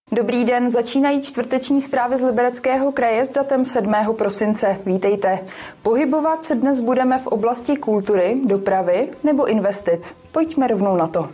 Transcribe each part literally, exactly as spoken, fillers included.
Dobrý den, začínají čtvrteční zprávy z Libereckého kraje s datem sedmého prosince. Vítejte. Pohybovat se dnes budeme v oblasti kultury, dopravy nebo investic. Pojďme rovnou na to.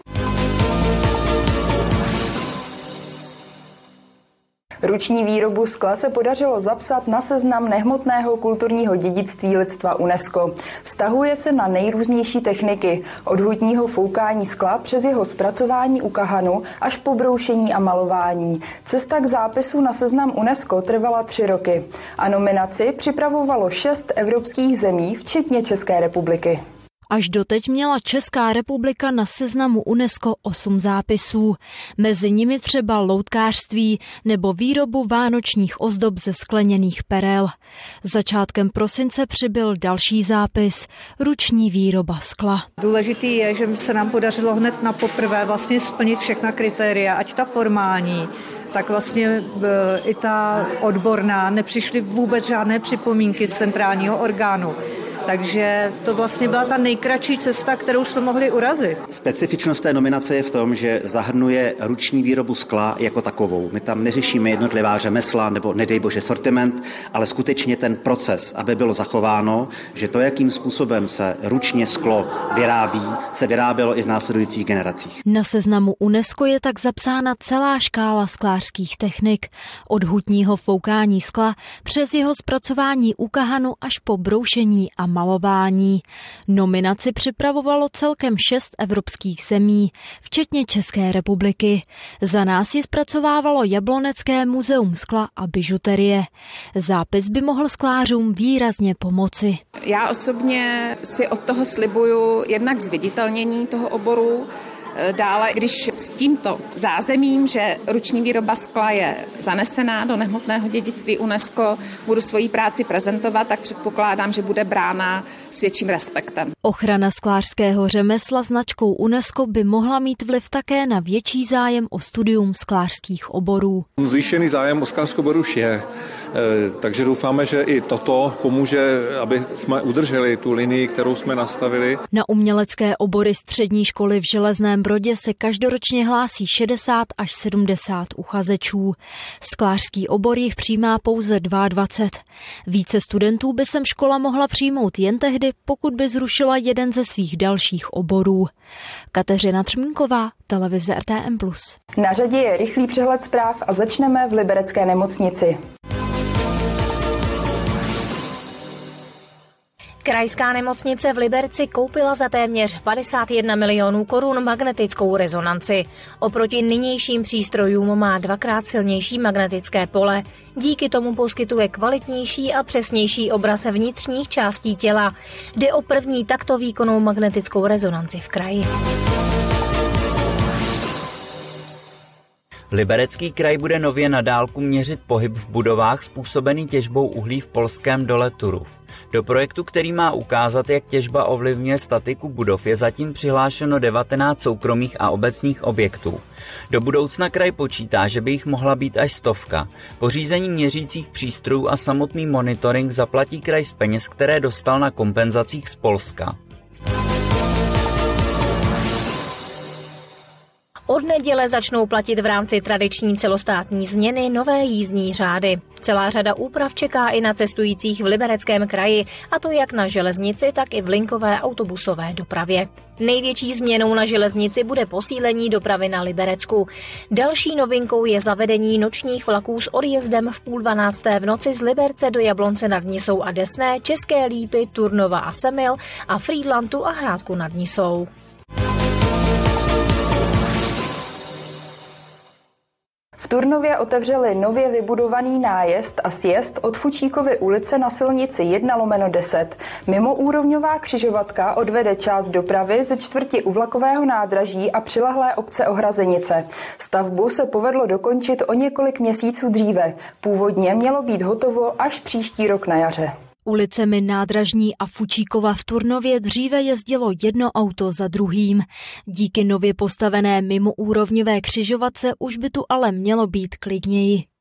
Ruční výrobu skla se podařilo zapsat na seznam nehmotného kulturního dědictví lidstva UNESCO. Vztahuje se na nejrůznější techniky, od hutního foukání skla přes jeho zpracování u kahanu až po broušení a malování. Cesta k zápisu na seznam UNESCO trvala tři roky a nominaci připravovalo šest evropských zemí, včetně České republiky. Až doteď měla Česká republika na seznamu UNESCO osm zápisů. Mezi nimi třeba loutkářství nebo výrobu vánočních ozdob ze skleněných perel. Začátkem prosince přibyl další zápis – ruční výroba skla. Důležitý je, že se nám podařilo hned na poprvé vlastně splnit všechna kritéria, ať ta formální, tak vlastně i ta odborná, nepřišly vůbec žádné připomínky z centrálního orgánu. Takže to vlastně byla ta nejkratší cesta, kterou jsme mohli urazit. Specifičnost té nominace je v tom, že zahrnuje ruční výrobu skla jako takovou. My tam neřešíme jednotlivá řemesla nebo nedej bože sortiment, ale skutečně ten proces, aby bylo zachováno, že to, jakým způsobem se ručně sklo vyrábí, se vyrábělo i v následujících generacích. Na seznamu UNESCO je tak zapsána celá škála sklářských technik. Od hutního foukání skla přes jeho zpracování u kahanu až po broušení a malování. Nominaci připravovalo celkem šest evropských zemí, včetně České republiky. Za nás ji zpracovávalo Jablonecké muzeum skla a bižuterie. Zápis by mohl sklářům výrazně pomoci. Já osobně si od toho slibuju jednak zviditelnění toho oboru, dále, když s tímto zázemím, že ruční výroba skla je zanesená do nehmotného dědictví UNESCO, budu svoji práci prezentovat, tak předpokládám, že bude brána s větším respektem. Ochrana sklářského řemesla značkou UNESCO by mohla mít vliv také na větší zájem o studium sklářských oborů. Zvýšený zájem o sklářský obor už je, takže doufáme, že i toto pomůže, aby jsme udrželi tu linii, kterou jsme nastavili. Na umělecké obory střední školy v Železném Brodě se každoročně hlásí šedesát až sedmdesát uchazečů. Sklářský obor jich přijímá pouze dvacet dva. Více studentů by sem škola mohla přijmout jen tehdy, pokud by zrušila jeden ze svých dalších oborů. Kateřina Třmínková, televize R T M plus. Na řadě je rychlý přehled zpráv a začneme v Liberecké nemocnici. Krajská nemocnice v Liberci koupila za téměř padesát jedna milionů korun magnetickou rezonanci. Oproti nynějším přístrojům má dvakrát silnější magnetické pole. Díky tomu poskytuje kvalitnější a přesnější obraz vnitřních částí těla. Jde o první takto výkonnou magnetickou rezonanci v kraji. Liberecký kraj bude nově na dálku měřit pohyb v budovách způsobený těžbou uhlí v polském dole Turów. Do projektu, který má ukázat, jak těžba ovlivňuje statiku budov, je zatím přihlášeno devatenáct soukromých a obecních objektů. Do budoucna kraj počítá, že by jich mohla být až stovka. Pořízení měřících přístrojů a samotný monitoring zaplatí kraj z peněz, které dostal na kompenzacích z Polska. Od neděle začnou platit v rámci tradiční celostátní změny nové jízdní řády. Celá řada úprav čeká i na cestujících v Libereckém kraji, a to jak na železnici, tak i v linkové autobusové dopravě. Největší změnou na železnici bude posílení dopravy na Liberecku. Další novinkou je zavedení nočních vlaků s odjezdem v půl dvanácté v noci z Liberce do Jablonce nad Nisou a Desné, České Lípy, Turnova a Semil a Frýdlantu a Hrádku nad Nisou. V Turnově otevřeli nově vybudovaný nájezd a sjezd od Fučíkovy ulice na silnici jedna lomeno deset. Mimoúrovňová křižovatka odvede část dopravy ze čtvrti u vlakového nádraží a přilehlé obce Ohrazenice. Stavbu se povedlo dokončit o několik měsíců dříve. Původně mělo být hotovo až příští rok na jaře. Ulicemi Nádražní a Fučíkova v Turnově dříve jezdilo jedno auto za druhým. Díky nově postavené mimoúrovňové křižovatce už by tu ale mělo být klidněji.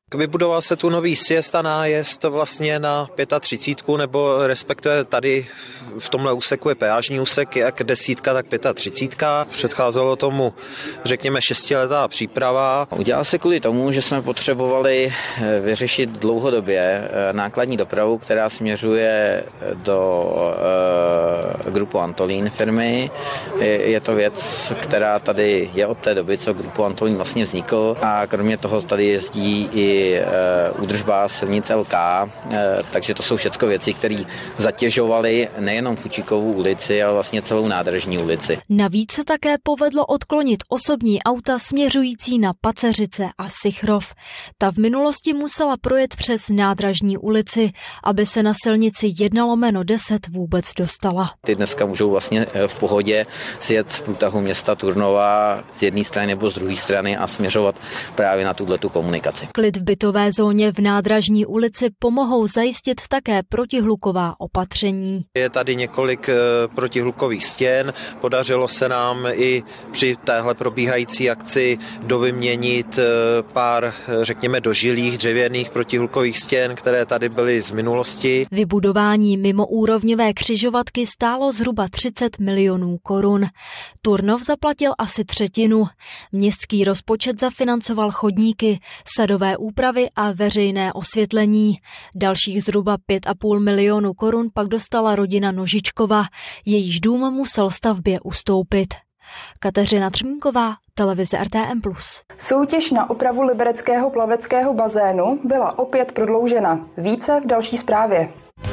Vybudoval se tu nový sjezd a nájezd vlastně na třicet pět, nebo respektive tady v tomhle úseku je peážní úsek, jak desítka, tak třicet pět. Předcházelo tomu, řekněme, šestiletá příprava. Udělal se kvůli tomu, že jsme potřebovali vyřešit dlouhodobě nákladní dopravu, která směřuje do uh, Grupo Antolín firmy. Je to věc, která tady je od té doby, co Grupo Antolín vlastně vznikl, a kromě toho tady jezdí i údržba silnice el ká, takže to jsou všechno věci, které zatěžovaly nejenom Fučíkovu ulici, ale vlastně celou nádražní ulici. Navíc se také povedlo odklonit osobní auta směřující na Paceřice a Sychrov. Ta v minulosti musela projet přes nádražní ulici, aby se na silnici jedna lomeno deset vůbec dostala. Ty dneska můžou vlastně v pohodě sjet z průtahu města Turnova z jedné strany nebo z druhé strany a směřovat právě na tuhletu komunikaci. Klid v bytové zóně v nádražní ulici pomohou zajistit také protihluková opatření. Je tady několik protihlukových stěn. Podařilo se nám i při téhle probíhající akci dovyměnit pár, řekněme, dožilých dřevěných protihlukových stěn, které tady byly z minulosti. Vybudování mimoúrovňové křižovatky stálo zhruba třicet milionů korun. Turnov zaplatil asi třetinu. Městský rozpočet zafinancoval chodníky, sadové úpravy a veřejné osvětlení. Dalších zhruba pět a půl milionu korun pak dostala rodina Nožičkova. Jejíž dům musel stavbě ustoupit. Kateřina Třmínková, televize er té em plus. Soutěž na opravu libereckého plaveckého bazénu byla opět prodloužena. Více v další zprávě.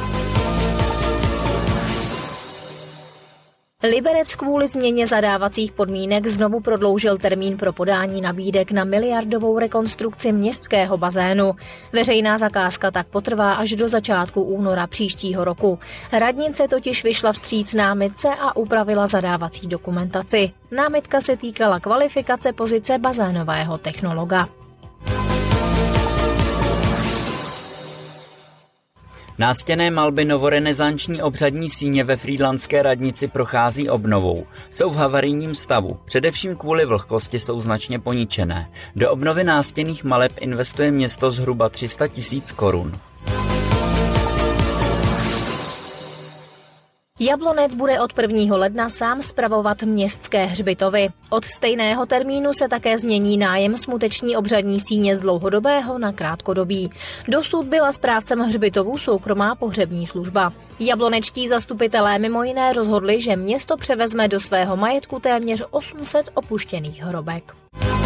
Liberec kvůli změně zadávacích podmínek znovu prodloužil termín pro podání nabídek na miliardovou rekonstrukci městského bazénu. Veřejná zakázka tak potrvá až do začátku února příštího roku. Radnice totiž vyšla vstříc námitce a upravila zadávací dokumentaci. Námitka se týkala kvalifikace pozice bazénového technologa. Nástěnné malby novorenesanční obřadní síně ve frýdlantské radnici prochází obnovou. Jsou v havarijním stavu, především kvůli vlhkosti jsou značně poničené. Do obnovy nástěnných maleb investuje město zhruba tři sta tisíc korun. Jablonec bude od prvního ledna sám spravovat městské hřbitovy. Od stejného termínu se také změní nájem smuteční obřadní síně z dlouhodobého na krátkodobý. Dosud byla správcem hřbitovů soukromá pohřební služba. Jablonečtí zastupitelé mimo jiné rozhodli, že město převezme do svého majetku téměř osm set opuštěných hrobek.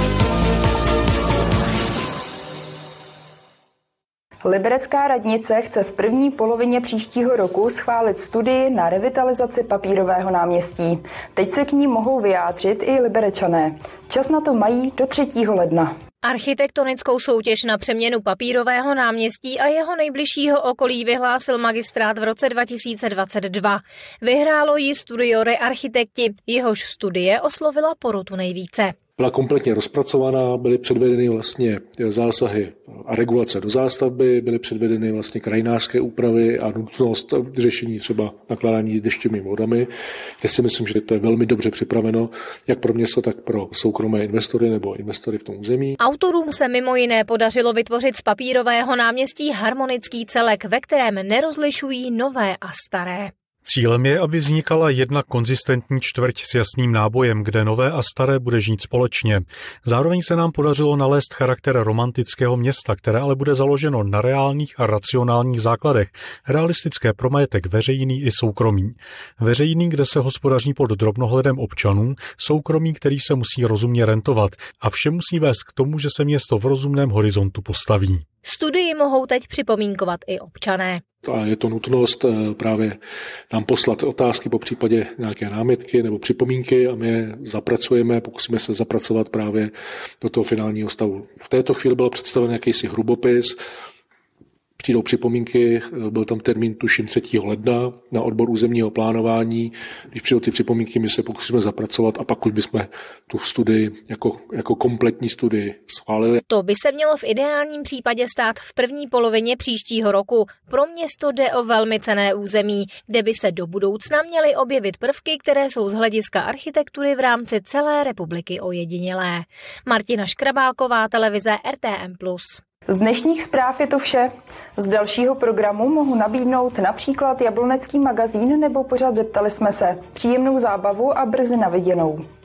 Liberecká radnice chce v první polovině příštího roku schválit studii na revitalizaci Papírového náměstí. Teď se k ní mohou vyjádřit i Liberečané. Čas na to mají do třetího ledna. Architektonickou soutěž na přeměnu Papírového náměstí a jeho nejbližšího okolí vyhlásil magistrát v roce dva tisíce dvacet dva. Vyhrálo ji studio Rearchitekti, jehož studie oslovila porotu nejvíce. Byla kompletně rozpracovaná, byly předvedeny vlastně zásahy a regulace do zástavby, byly předvedeny vlastně krajinářské úpravy a nutnost řešení třeba nakládání s dešťovými vodami. Já si myslím, že to je velmi dobře připraveno, jak pro město, tak pro soukromé investory nebo investory v tom území. Autorům se mimo jiné podařilo vytvořit z Papírového náměstí harmonický celek, ve kterém nerozlišují nové a staré. Cílem je, aby vznikala jedna konzistentní čtvrť s jasným nábojem, kde nové a staré bude žít společně. Zároveň se nám podařilo nalézt charakter romantického města, které ale bude založeno na reálných a racionálních základech. Realistické pro majetek veřejný i soukromý. Veřejný, kde se hospodaří pod drobnohledem občanů, soukromý, který se musí rozumně rentovat. A vše musí vést k tomu, že se město v rozumném horizontu postaví. Studii mohou teď připomínkovat i občané. A je to nutnost právě nám poslat otázky, po případě nějaké námitky nebo připomínky a my je zapracujeme, pokusíme se zapracovat právě do toho finálního stavu. V této chvíli byl představen jakýsi hrubopis, přijdou připomínky, byl tam termín tuším třetího ledna na odbor územního plánování. Když přijdou ty připomínky, my se pokusíme zapracovat a pak už bychom tu studii jako, jako kompletní studii schválili. To by se mělo v ideálním případě stát v první polovině příštího roku. Pro město jde o velmi cenné území, kde by se do budoucna měly objevit prvky, které jsou z hlediska architektury v rámci celé republiky ojedinělé. Martina Škrabálková, televize er té em plus. Z dnešních zpráv je to vše. Z dalšího programu mohu nabídnout například Jablonecký magazín nebo pořad Zeptali jsme se. Příjemnou zábavu a brzy na viděnou.